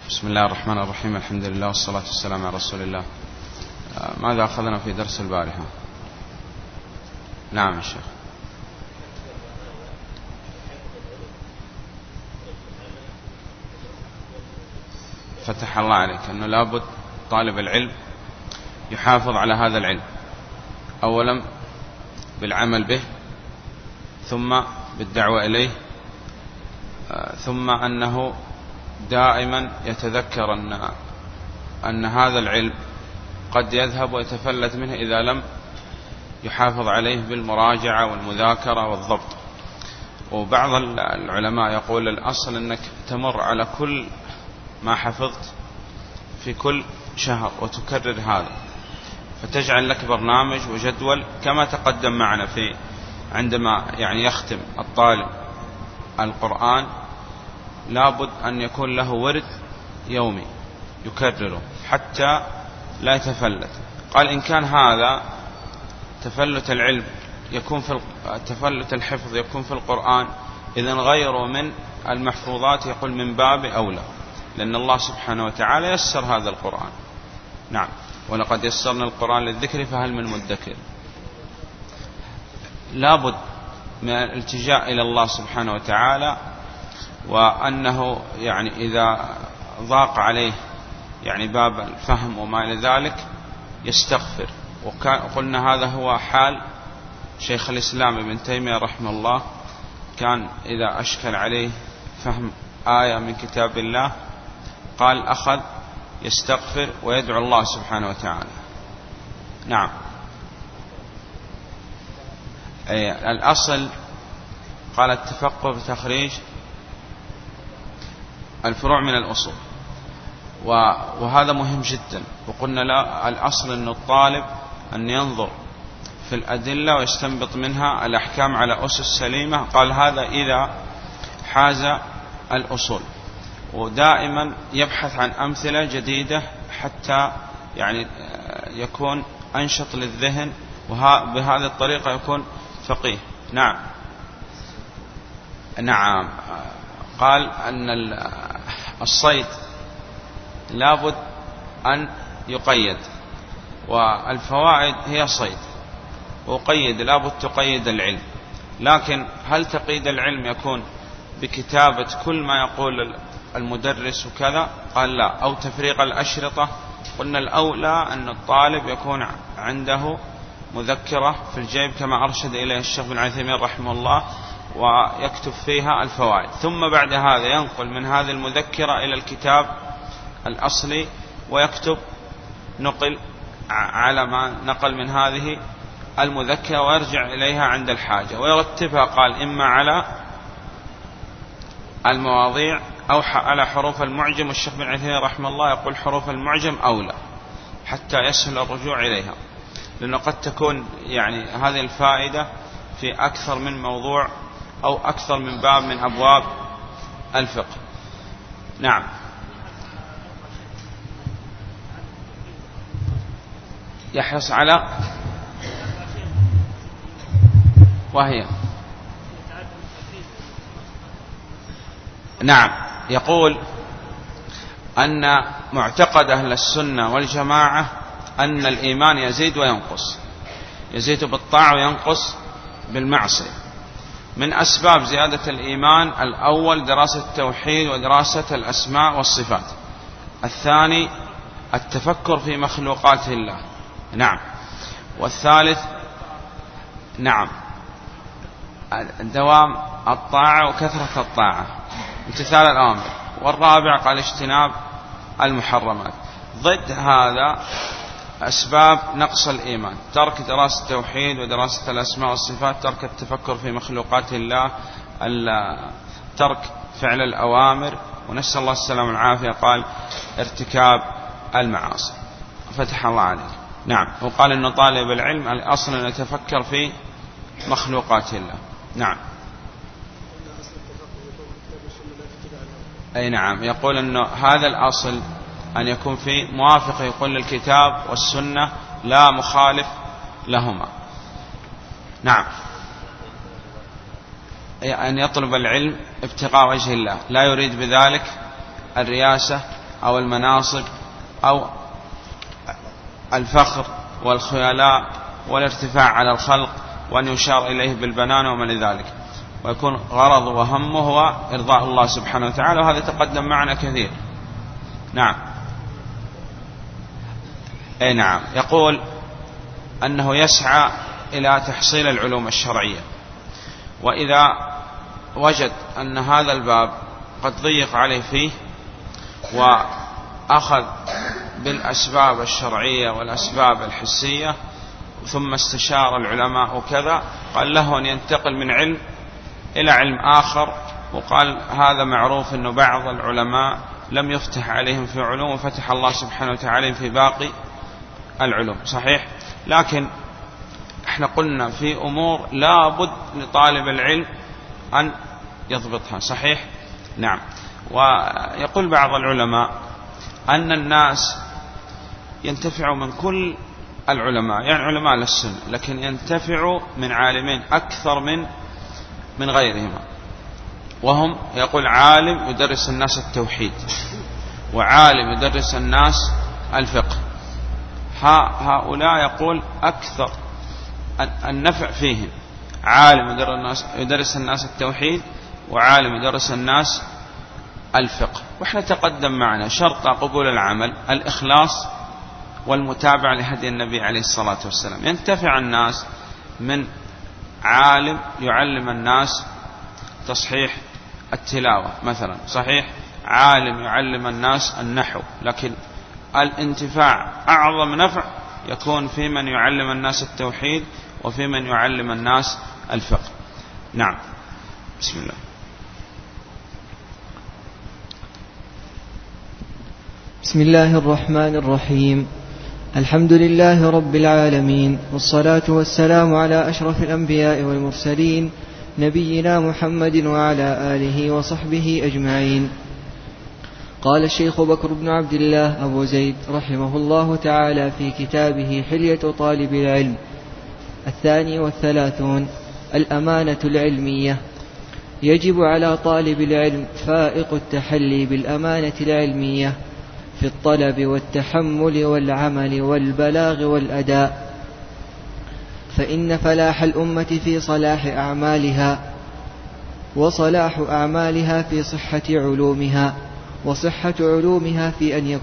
بسم الله الرحمن الرحيم. الحمد لله والصلاة والسلام على رسول الله. ماذا أخذنا في درس البارحة؟ نعم الشيخ. فتح الله عليك أنه لابد طالب العلم يحافظ على هذا العلم، أولا بالعمل به، ثم بالدعوة إليه، ثم أنه دائما يتذكر أن هذا العلم قد يذهب ويتفلت منه إذا لم يحافظ عليه بالمراجعة والمذاكرة والضبط. وبعض العلماء يقول الأصل أنك تمر على كل ما حفظت في كل شهر وتكرر هذا، فتجعل لك برنامج وجدول كما تقدم معنا في عندما يختم الطالب القرآن لابد أن يكون له ورد يومي يكرره حتى لا يتفلت. قال إن كان هذا تفلت العلم يكون في تفلت الحفظ يكون في القرآن، إذن غيره من المحفوظات يقول من باب أولى، لأن الله سبحانه وتعالى يسر هذا القرآن. نعم، ولقد يسرنا القرآن للذكر فهل من مدكر. لابد من الالتجاء إلى الله سبحانه وتعالى، وأنه إذا ضاق عليه باب الفهم وما إلى ذلك يستغفر. وقلنا هذا هو حال شيخ الإسلام ابن تيمية رحمه الله، كان إذا أشكل عليه فهم آية من كتاب الله قال أخذ يستغفر ويدعو الله سبحانه وتعالى. نعم، الأصل قال التفقه بتخريج الفروع من الأصول، وهذا مهم جدا. وقلنا لا، الأصل أن الطالب أن ينظر في الأدلة ويستنبط منها الأحكام على أسس سليمة. قال هذا إذا حاز الأصول، ودائما يبحث عن أمثلة جديدة حتى يكون أنشط للذهن، وبهذه الطريقة يكون فقيه. نعم. نعم، قال أن الصيد لابد أن يقيد، والفوائد هي صيد، وقيد لابد تقيد العلم. لكن هل تقييد العلم يكون بكتابة كل ما يقول المدرس وكذا؟ قال لا. أو تفريق الأشرطة؟ قلنا الأولى أن الطالب يكون عنده مذكرة في الجيب كما أرشد إليه الشيخ بن عثيمين رحمه الله، ويكتب فيها الفوائد، ثم بعد هذا ينقل من هذه المذكرة إلى الكتاب الأصلي ويكتب نقل على ما نقل من هذه المذكرة ويرجع إليها عند الحاجة، ويرتبها قال إما على المواضيع أو على حروف المعجم. والشيخ بن عثيمين رحمه الله يقول حروف المعجم أولى حتى يسهل الرجوع إليها، لأنه قد تكون هذه الفائدة في أكثر من موضوع أو أكثر من باب من أبواب الفقه. نعم. يحرص على وهي نعم، يقول أن معتقد أهل السنة والجماعة أن الإيمان يزيد وينقص، يزيد بالطاعة وينقص بالمعصية. من أسباب زيادة الإيمان الأول دراسة التوحيد ودراسة الأسماء والصفات، الثاني التفكر في مخلوقات الله، نعم، والثالث نعم دوام الطاعة وكثرة الطاعة، امتثال الأوامر، والرابع قال اجتناب المحرمات. ضد هذا أسباب نقص الإيمان ترك دراسة التوحيد ودراسة الأسماء والصفات، ترك التفكر في مخلوقات الله، ترك فعل الأوامر، ونسأل الله السلامة والعافية قال ارتكاب المعاصي. فتح الله عليك. نعم، وقال إن طالب العلم الأصل أن يتفكر في مخلوقات الله. نعم. أي نعم، يقول أنه هذا الأصل أن يكون في موافق يقول للكتاب والسنة لا مخالف لهما. نعم، أن يطلب العلم ابتغاء وجه الله، لا يريد بذلك الرياسة أو المناصب أو الفخر والخيلاء والارتفاع على الخلق وأن يشار إليه بالبنان وما لذلك، ويكون غرض وهمه هو إرضاء الله سبحانه وتعالى، وهذا تقدم معنا كثير. نعم. أي نعم. يقول أنه يسعى إلى تحصيل العلوم الشرعية، وإذا وجد أن هذا الباب قد ضيق عليه فيه وأخذ بالأسباب الشرعية والأسباب الحسية ثم استشار العلماء وكذا، قال له أن ينتقل من علم إلى علم آخر. وقال هذا معروف أنه بعض العلماء لم يفتح عليهم في علوم وفتح الله سبحانه وتعالى في باقي العلوم، صحيح. لكن احنا قلنا في أمور لا بد لطالب العلم أن يضبطها، صحيح. نعم. ويقول بعض العلماء أن الناس ينتفعوا من كل العلماء، يعني علماء للسنة، لكن ينتفعوا من عالمين أكثر من غيرهما، وهم يقول عالم يدرس الناس التوحيد، وعالم يدرس الناس الفقه. هؤلاء يقول أكثر النفع فيهم عالم يدرس الناس التوحيد وعالم يدرس الناس الفقه. وإحنا تقدم معنا شرط قبول العمل الإخلاص والمتابعة لهدي النبي عليه الصلاة والسلام. ينتفع الناس من عالم يعلم الناس تصحيح التلاوة مثلا، صحيح، عالم يعلم الناس النحو، لكن الانتفاع أعظم نفع يكون في من يعلم الناس التوحيد وفي من يعلم الناس الفقه. نعم. بسم الله. بسم الله الرحمن الرحيم. الحمد لله رب العالمين، والصلاة والسلام على أشرف الأنبياء والمرسلين، نبينا محمد وعلى آله وصحبه أجمعين. قال الشيخ بكر بن عبد الله أبو زيد رحمه الله تعالى في كتابه حلية طالب العلم 32: الأمانة العلمية. يجب على طالب العلم فائق التحلي بالأمانة العلمية في الطلب والتحمل والعمل والبلاغ والأداء، فإن فلاح الأمة في صلاح أعمالها، وصلاح أعمالها في صحة علومها، وصحة علومها في أن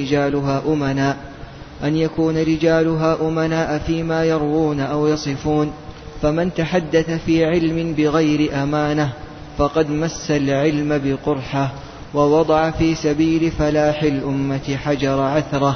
يكون رجالها أمناء فيما يروون أو يصفون. فمن تحدث في علم بغير أمانة فقد مس العلم بقرحة، ووضع في سبيل فلاح الأمة حجر عثرة.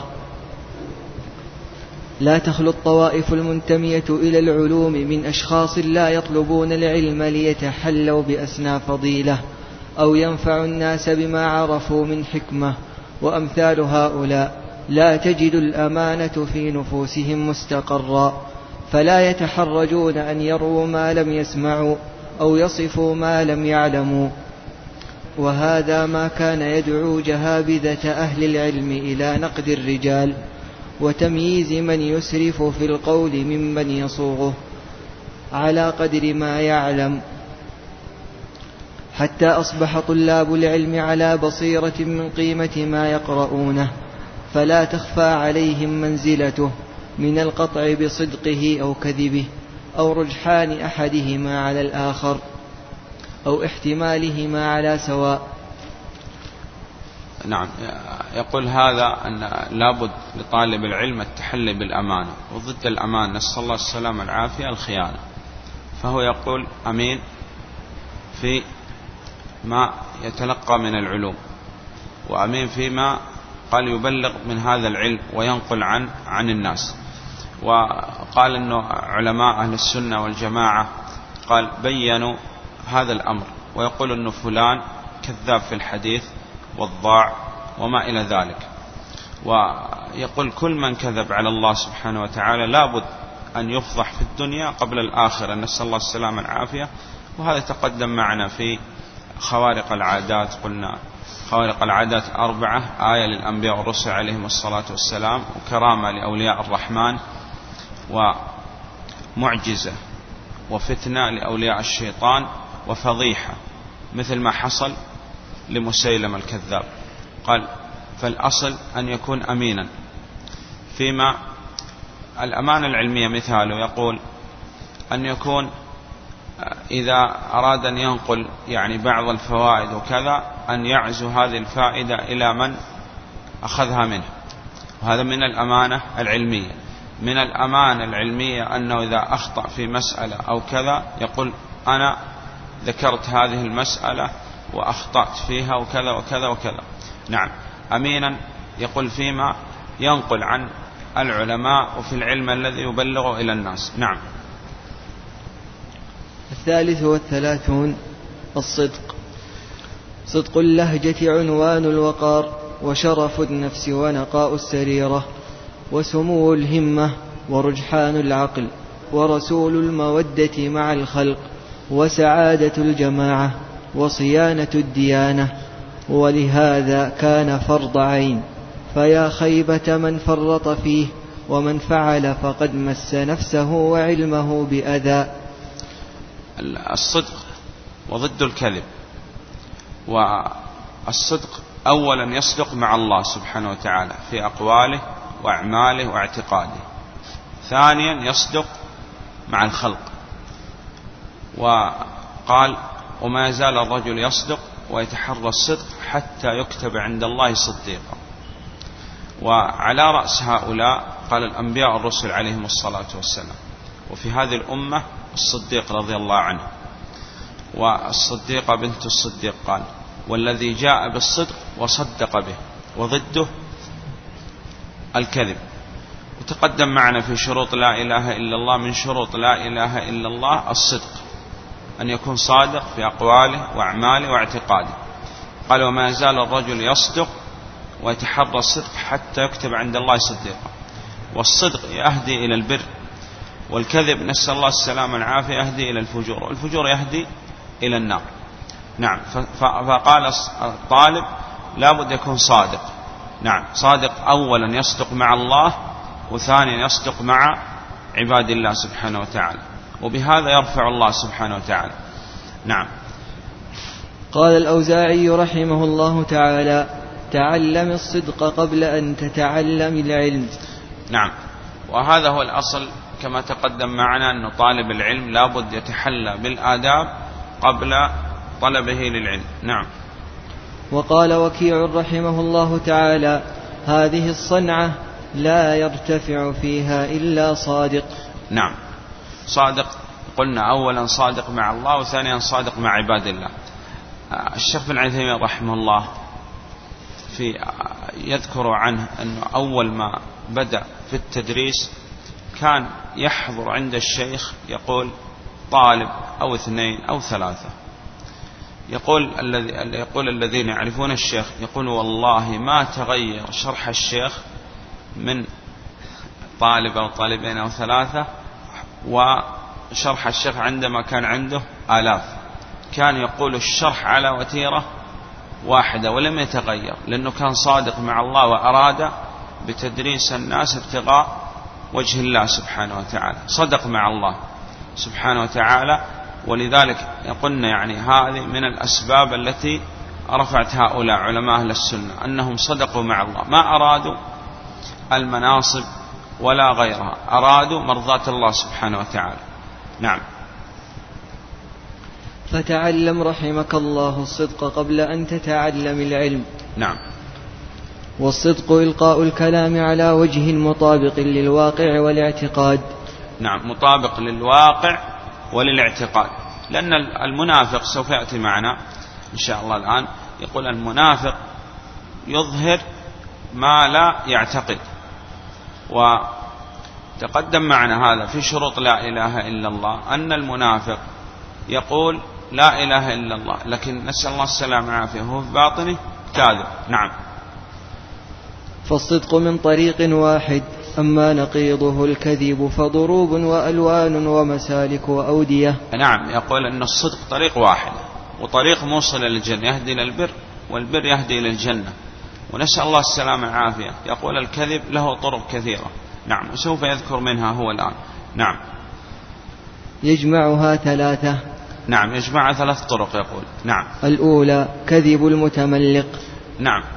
لا تخلو الطوائف المنتمية إلى العلوم من أشخاص لا يطلبون العلم ليتحلوا بأسنى فضيلة أو ينفع الناس بما عرفوا من حكمة، وأمثال هؤلاء لا تجد الأمانة في نفوسهم مستقرا، فلا يتحرجون أن يروا ما لم يسمعوا أو يصفوا ما لم يعلموا. وهذا ما كان يدعو جهابذة أهل العلم إلى نقد الرجال وتمييز من يسرف في القول ممن يصوغه على قدر ما يعلم، حتى أصبح طلاب العلم على بصيرة من قيمة ما يقرؤونه، فلا تخفى عليهم منزلته من القطع بصدقه أو كذبه، أو رجحان أحدهما على الآخر، أو احتمالهما على سواء. نعم. يقول هذا أن لابد لطالب العلم التحلي بالأمانة، وضد الأمان نسأل الله السلامة والعافية الخيانة. فهو يقول أمين في ما يتلقى من العلوم، وأمين فيما قال يبلغ من هذا العلم وينقل عن الناس. وقال أنه علماء أهل السنة والجماعة قال بيّنوا هذا الأمر، ويقول أنه فلان كذاب في الحديث والضاع وما إلى ذلك. ويقول كل من كذب على الله سبحانه وتعالى لابد أن يفضح في الدنيا قبل الآخرة، نسأل الله السلامة والعافية. وهذا تقدم معنا في خوارق العادات. قلنا خوارق العادات 4: آية للأنبياء والرسل عليهم الصلاة والسلام، وكرامة لأولياء الرحمن، ومعجزة وفتنة لأولياء الشيطان، وفضيحة مثل ما حصل لمسيلم الكذاب. قال فالأصل أن يكون أمينا. فيما الأمانة العلمية مثاله يقول أن يكون إذا أراد أن ينقل يعني بعض الفوائد وكذا أن يعزو هذه الفائدة إلى من أخذها منه، وهذا من الأمانة العلمية. من الأمانة العلمية أنه إذا أخطأ في مسألة أو كذا يقول أنا ذكرت هذه المسألة وأخطأت فيها وكذا وكذا وكذا. نعم، أمينا يقول فيما ينقل عن العلماء وفي العلم الذي يبلغه إلى الناس. نعم. 33 الصدق. صدق اللهجة عنوان الوقار، وشرف النفس ونقاء السريرة، وسمو الهمة، ورجحان العقل، ورسول المودة مع الخلق، وسعادة الجماعة، وصيانة الديانة. ولهذا كان فرض عين، فيا خيبة من فرط فيه، ومن فعل فقد مس نفسه وعلمه بأذى. الصدق وضد الكذب. والصدق أولا يصدق مع الله سبحانه وتعالى في أقواله وأعماله واعتقاده. ثانيا يصدق مع الخلق، وقال وما يزال الرجل يصدق ويتحرى الصدق حتى يكتب عند الله صديقا. وعلى رأس هؤلاء قال الأنبياء والرسل عليهم الصلاة والسلام. وفي هذه الأمة الصديق رضي الله عنه، والصديقة بنت الصديق قال والذي جاء بالصدق وصدق به، وضده الكذب. وتقدم معنا في شروط لا إله إلا الله، من شروط لا إله إلا الله الصدق، أن يكون صادق في أقواله وأعماله واعتقاده. قال وما يزال الرجل يصدق ويتحرى الصدق حتى يكتب عند الله صديقا. والصدق يهدي إلى البر، والكذب نسأل الله السلامة والعافية يهدي إلى الفجور، والفجور يهدي إلى النار. نعم. فقال الطالب لابد يكون صادق. نعم، صادق أولا يصدق مع الله، وثانيا يصدق مع عباد الله سبحانه وتعالى، وبهذا يرفع الله سبحانه وتعالى. نعم. قال الأوزاعي رحمه الله تعالى تعلم الصدق قبل أن تتعلم العلم. نعم، وهذا هو الأصل كما تقدم معنا أن طالب العلم لابد يتحلى بالآداب قبل طلبه للعلم. نعم. وقال وكيع رحمه الله تعالى هذه الصنعة لا يرتفع فيها إلا صادق. نعم، صادق قلنا أولا صادق مع الله، وثانيا صادق مع عباد الله. الشيخ بن عثيمين رحمه الله يذكر عنه أنه أول ما بدأ في التدريس كان يحضر عند الشيخ يقول طالب أو 2 أو 3. يقول الذين يعرفون الشيخ يقول والله ما تغير شرح الشيخ من طالب أو طالبين أو 3، وشرح الشيخ عندما كان عنده 1000 كان يقول الشرح على وتيرة واحدة ولم يتغير، لأنه كان صادق مع الله وأراد بتدريس الناس ابتغاء وجه الله سبحانه وتعالى، صدق مع الله سبحانه وتعالى. ولذلك قلنا يعني هذه من الأسباب التي رفعت هؤلاء علماء أهل السنة، أنهم صدقوا مع الله، ما أرادوا المناصب ولا غيرها، أرادوا مرضاة الله سبحانه وتعالى. نعم. فتعلم رحمك الله الصدق قبل أن تتعلم العلم. نعم. والصدق إلقاء الكلام على وجه مطابق للواقع والاعتقاد. نعم، مطابق للواقع وللاعتقاد، لأن المنافق سوف يأتي معنا إن شاء الله الآن، يقول المنافق يظهر ما لا يعتقد. وتقدم معنا هذا في شروط لا إله إلا الله، أن المنافق يقول لا إله إلا الله لكن نسأل الله السلامة والعافية هو في باطنه كاذب. نعم. فالصدق من طريق واحد، أما نقيضه الكذب فضروب وألوان ومسالك وأودية. نعم، يقول أن الصدق طريق واحد، وطريق موصل إلى الجنة يهدي إلى البر، والبر يهدي إلى الجنة، ونسأل الله السلامة والعافية. يقول الكذب له طرق كثيرة. نعم، وسوف يذكر منها هو الآن. نعم. يجمعها 3. نعم، يجمعها 3 طرق يقول. نعم. الأولى كذب المتملق. نعم،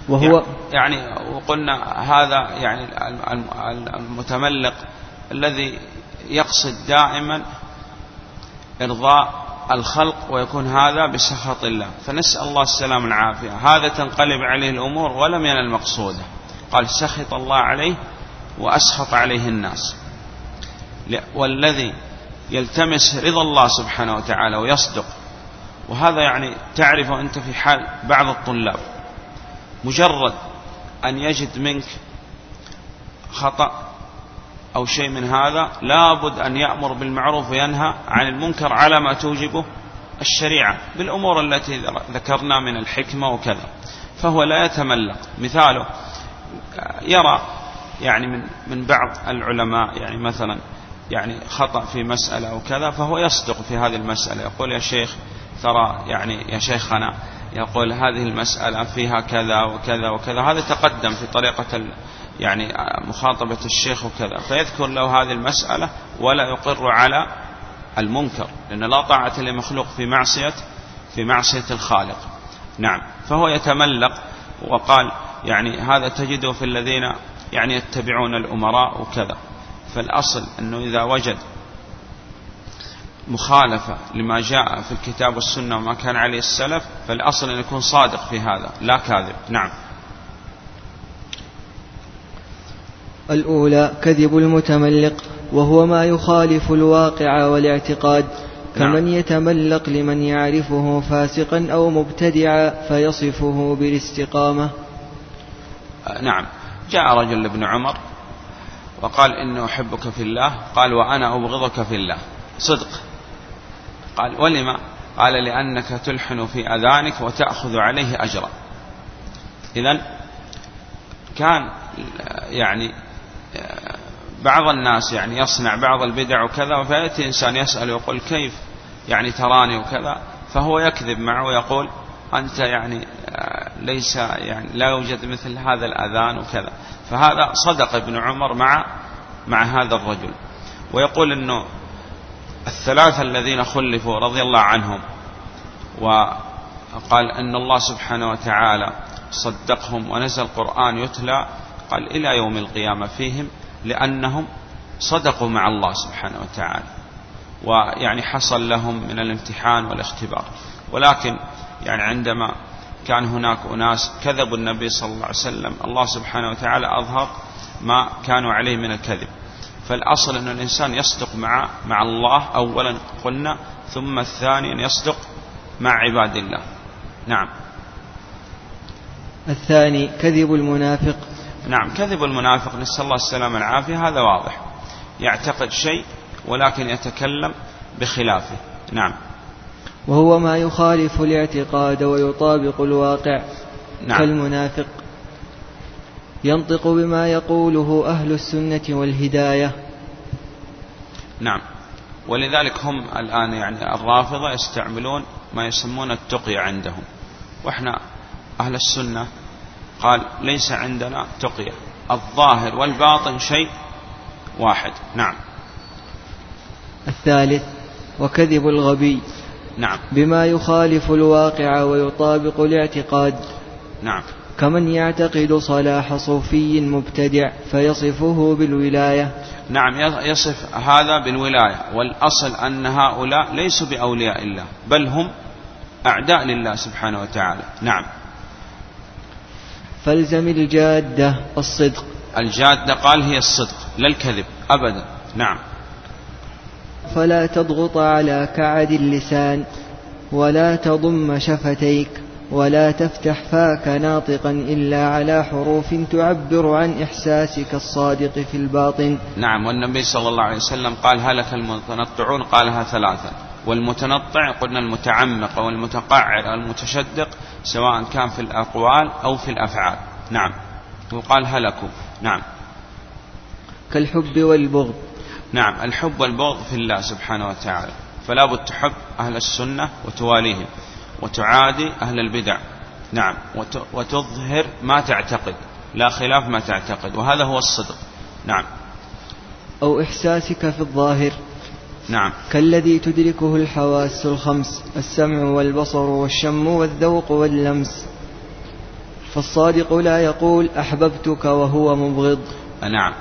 وهو يعني وقلنا هذا يعني المتملق الذي يقصد دائما إرضاء الخلق ويكون هذا بسخط الله، فنسأل الله السلام العافية. هذا تنقلب عليه الأمور ولم ينل المقصودة، قال سخط الله عليه وأسخط عليه الناس. والذي يلتمس رضا الله سبحانه وتعالى ويصدق، وهذا يعني تعرف أنت في حال بعض الطلاب مجرد أن يجد منك خطأ أو شيء من هذا لابد أن يأمر بالمعروف وينهى عن المنكر على ما توجبه الشريعة بالأمور التي ذكرنا من الحكمة وكذا، فهو لا يتملق. مثاله يرى يعني من بعض العلماء يعني مثلا يعني خطأ في مسألة أو كذا، فهو يصدق في هذه المسألة، يقول يا شيخ ترى يعني يا شيخنا يقول هذه المسألة فيها كذا وكذا وكذا، هذا تقدم في طريقة يعني مخاطبة الشيخ وكذا، فيذكر له هذه المسألة ولا يقر على المنكر، لأن لا طاعة لمخلوق في معصية الخالق. نعم، فهو يتملق. وقال يعني هذا تجده في الذين يعني يتبعون الأمراء وكذا، فالأصل أنه إذا وجد مخالفة لما جاء في الكتاب والسنة وما كان عليه السلف، فالأصل أن يكون صادق في هذا لا كاذب. نعم. الأولى كذب المتملق، وهو ما يخالف الواقع والاعتقاد، كمن يتملق لمن يعرفه فاسقا أو مبتدعا فيصفه بالاستقامة. نعم. جاء رجل لابن عمر وقال إنه أحبك في الله، قال وأنا أبغضك في الله، صدق. قال ولما؟ قال لأنك تلحن في أذانك وتأخذ عليه أجرا. إذن كان يعني بعض الناس يعني يصنع بعض البدع وكذا، فيأتي إنسان يسأل ويقول كيف يعني تراني وكذا، فهو يكذب معه ويقول أنت يعني ليس يعني لا يوجد مثل هذا الأذان وكذا. فهذا صدق ابن عمر مع هذا الرجل. ويقول إنه الثلاثة الذين خلفوا رضي الله عنهم، وقال إن الله سبحانه وتعالى صدقهم ونزل القرآن يتلى قال إلى يوم القيامة فيهم، لأنهم صدقوا مع الله سبحانه وتعالى، ويعني حصل لهم من الامتحان والاختبار. ولكن يعني عندما كان هناك أناس كذبوا النبي صلى الله عليه وسلم، الله سبحانه وتعالى أظهر ما كانوا عليه من الكذب. فالأصل أن الإنسان يصدق مع الله أولا قلنا، ثم الثاني أن يصدق مع عباد الله. نعم. الثاني كذب المنافق. نعم، كذب المنافق نسأل الله السلامة العافية، هذا واضح، يعتقد شيء ولكن يتكلم بخلافه. نعم. وهو ما يخالف الاعتقاد ويطابق الواقع. نعم. كالمنافق ينطق بما يقوله أهل السنة والهداية. نعم. ولذلك هم الآن يعني الرافضة يستعملون ما يسمون التقية عندهم، وإحنا أهل السنة قال ليس عندنا تقية، الظاهر والباطن شيء واحد. نعم. الثالث وكذب الغبي. نعم. بما يخالف الواقع ويطابق الاعتقاد. نعم. كمن يعتقد صلاح صوفي مبتدع فيصفه بالولاية. نعم، يصف هذا بالولاية، والأصل أن هؤلاء ليسوا بأولياء الله، بل هم أعداء لله سبحانه وتعالى. نعم. فالزم الجادة الصدق. الجادة قال هي الصدق لا الكذب أبدا. نعم. فلا تضغط على كعد اللسان، ولا تضم شفتيك، ولا تفتح فاك ناطقا إلا على حروف تعبر عن إحساسك الصادق في الباطن. نعم. والنبي صلى الله عليه وسلم قال هلك المتنطعون، قالها ثلاثا. والمتنطع قلنا المتعمق والمتقعر والمتشدق، سواء كان في الأقوال أو في الأفعال. نعم. وقال هلكوا. نعم. كالحب والبغض. نعم. الحب والبغض في الله سبحانه وتعالى، فلا بد تحب أهل السنة وتواليهم، وتعادي أهل البدع. نعم. وتظهر ما تعتقد لا خلاف ما تعتقد، وهذا هو الصدق. نعم. أو إحساسك في الظاهر. نعم. كالذي تدركه الحواس الخمس، السمع والبصر والشم والذوق واللمس. فالصادق لا يقول أحببتك وهو مبغض. نعم.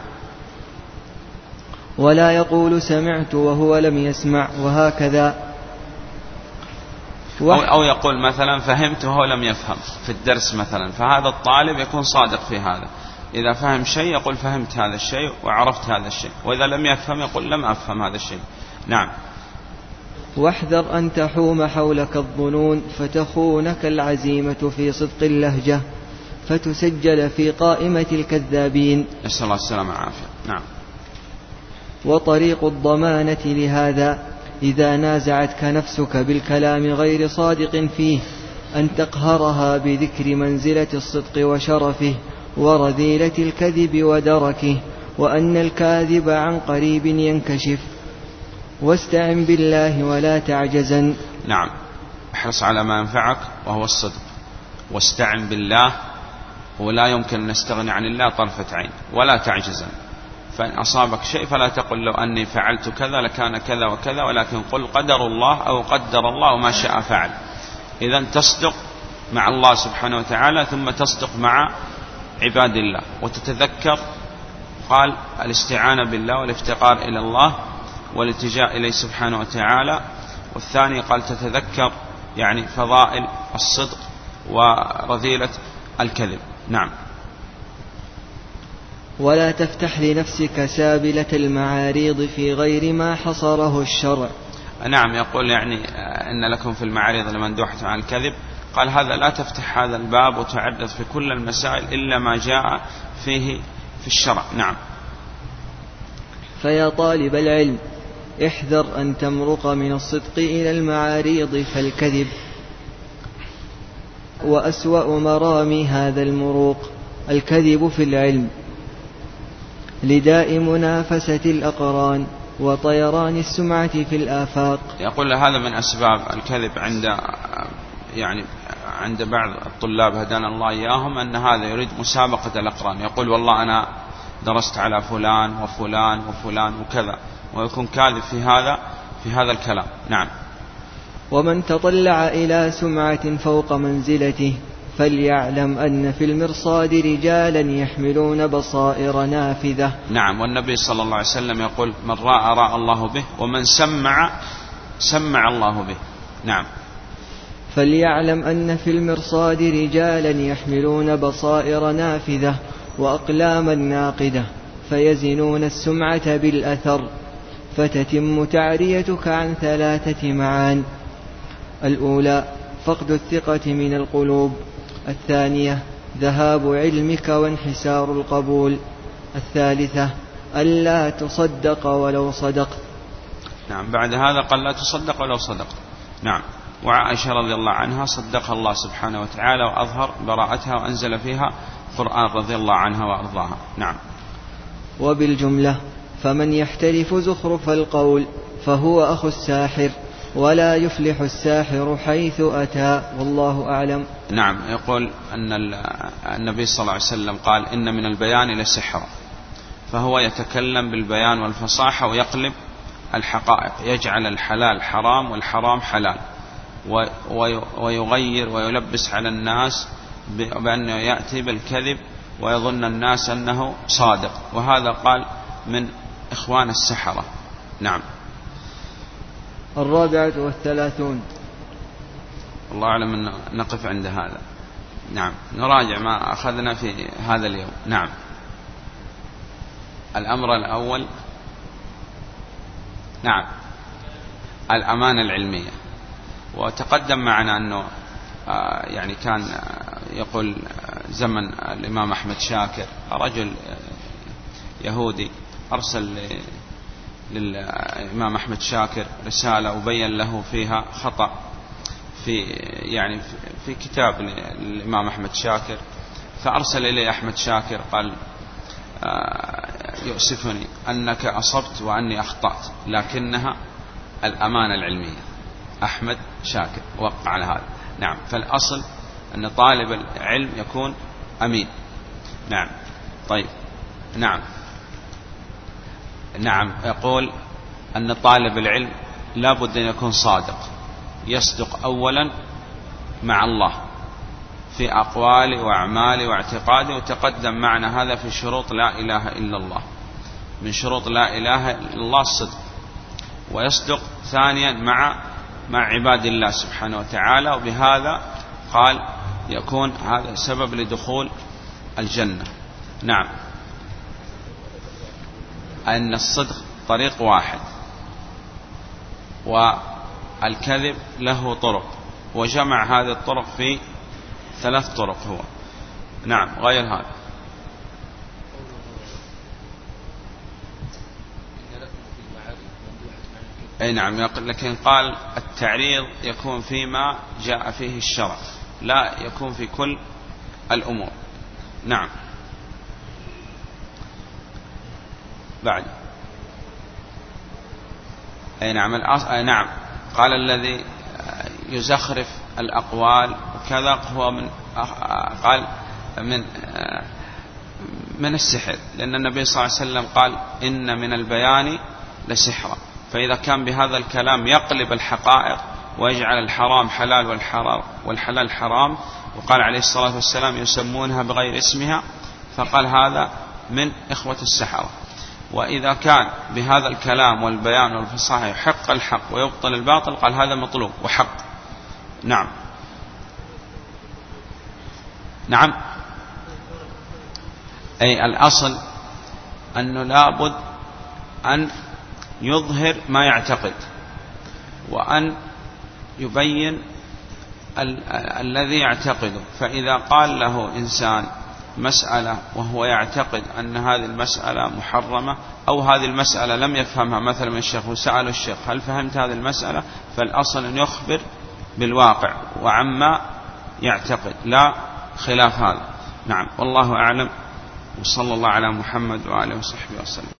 ولا يقول سمعت وهو لم يسمع، وهكذا. أو يقول مثلا فهمت وهو لم يفهم في الدرس مثلا، فهذا الطالب يكون صادق في هذا. إذا فهم شيء يقول فهمت هذا الشيء وعرفت هذا الشيء، وإذا لم يفهم يقول لم أفهم هذا الشيء. نعم. واحذر أن تحوم حولك الظنون فتخونك العزيمة في صدق اللهجة فتسجل في قائمة الكذابين. نسأل الله السلامة والعافية. نعم. وطريق الضمانة لهذا إذا نازعتك نفسك بالكلام غير صادق فيه أن تقهرها بذكر منزلة الصدق وشرفه ورذيلة الكذب ودركه، وأن الكاذب عن قريب ينكشف. واستعن بالله ولا تعجزن. نعم. احرص على ما ينفعك وهو الصدق، واستعن بالله، ولا يمكن أن نستغني عن الله طرفة عين، ولا تعجزن. فإن أصابك شيء فلا تقل لو أني فعلت كذا لكان كذا وكذا، ولكن قل قدر الله أو قدر الله وما شاء فعل. إذن تصدق مع الله سبحانه وتعالى، ثم تصدق مع عباد الله، وتتذكر قال الاستعانة بالله والافتقار إلى الله والالتجاء إليه سبحانه وتعالى. والثاني قال تتذكر يعني فضائل الصدق ورذيلة الكذب. نعم. ولا تفتح لنفسك سابلة المعاريض في غير ما حصره الشرع. نعم. يقول يعني إن لكم في المعاريض لمندوحة عن الكذب، قال هذا لا تفتح هذا الباب وتعرض في كل المسائل إلا ما جاء فيه في الشرع. نعم. فيا طالب العلم احذر أن تمرق من الصدق إلى المعاريض فالكذب وأسوأ مرامي هذا المروق الكذب في العلم، لداء منافسة الأقران وطيران السمعة في الآفاق. يقول هذا من أسباب الكذب عند بعض الطلاب هدانا الله إياهم، أن هذا يريد مسابقة الأقران، يقول والله أنا درست على فلان وفلان وفلان وكذا، ويكون كاذب في هذا الكلام. نعم. ومن تطلع إلى سمعة فوق منزلته فليعلم أن في المرصاد رجالا يحملون بصائر نافذة. نعم. والنبي صلى الله عليه وسلم يقول من راى الله به، ومن سمع الله به. نعم. فليعلم أن في المرصاد رجالا يحملون بصائر نافذة وأقلاما ناقدة فيزنون السمعة بالأثر، فتتم تعريتك عن 3 معان: الأولى فقد الثقة من القلوب، الثانية ذهاب علمك وانحسار القبول، الثالثة ألا تصدق ولو صدقت. نعم. بعد هذا قال لا تصدق ولو صدقت. نعم. وعائشة رضي الله عنها صدق الله سبحانه وتعالى وأظهر براءتها وأنزل فيها قرآن رضي الله عنها وأرضاها. نعم. وبالجملة فمن يحترف زخرف القول فهو أخو الساحر، ولا يفلح الساحر حيث أتى، والله أعلم. نعم. يقول أن النبي صلى الله عليه وسلم قال إن من البيان لسحر، فهو يتكلم بالبيان والفصاحة ويقلب الحقائق، يجعل الحلال حرام والحرام حلال، ويغير ويلبس على الناس بأنه يأتي بالكذب ويظن الناس أنه صادق، وهذا قال من إخوان السحرة. نعم. 34. الله أعلم أن نقف عند هذا. نعم. نراجع ما أخذنا في هذا اليوم. نعم. الأمر الأول نعم الأمانة العلمية. وتقدم معنا أنه يعني كان يقول زمن الإمام أحمد شاكر رجل يهودي أرسل للإمام أحمد شاكر رسالة وبين له فيها خطأ في كتاب الإمام أحمد شاكر، فأرسل إليه أحمد شاكر قال يؤسفني أنك أصبت وأني أخطأت، لكنها الأمانة العلمية. أحمد شاكر وقع على هذا. نعم. فالأصل أن طالب العلم يكون أمين. نعم. طيب. نعم. نعم. يقول أن طالب العلم لا بد أن يكون صادق، يصدق أولا مع الله في أقوالي وأعمالي واعتقادي. وتقدم معنا هذا في شروط لا إله إلا الله. من شروط لا إله إلا الله الصدق، ويصدق ثانيا مع عباد الله سبحانه وتعالى، وبهذا قال يكون هذا سبب لدخول الجنة. نعم، أن الصدق طريق واحد، والكذب له طرق، وجمع هذه الطرق في 3 طرق هو. نعم، غير هذا. أي نعم، لكن قال التعريض يكون فيما جاء فيه الشرع، لا يكون في كل الأمور. نعم. بعد أي نعم نعم، قال الذي يزخرف الأقوال وكذا هو قال من السحر، لأن النبي صلى الله عليه وسلم قال إن من البيان لسحرا. فإذا كان بهذا الكلام يقلب الحقائق ويجعل الحرام حلال والحلال حرام، وقال عليه الصلاة والسلام يسمونها بغير اسمها، فقال هذا من إخوة السحرة. وإذا كان بهذا الكلام والبيان والفصاحة يحق الحق ويبطل الباطل، قال هذا مطلوب وحق. نعم. نعم، أي الأصل أنه لابد أن يظهر ما يعتقد، وأن يبين الذي يعتقده. فإذا قال له إنسان مسألة وهو يعتقد أن هذه المسألة محرمة، أو هذه المسألة لم يفهمها مثلا من الشيخ وسأل الشيخ هل فهمت هذه المسألة، فالأصل أن يخبر بالواقع وعما يعتقد، لا خلاف هذا. نعم، والله أعلم، وصلى الله على محمد وآله وصحبه وسلم.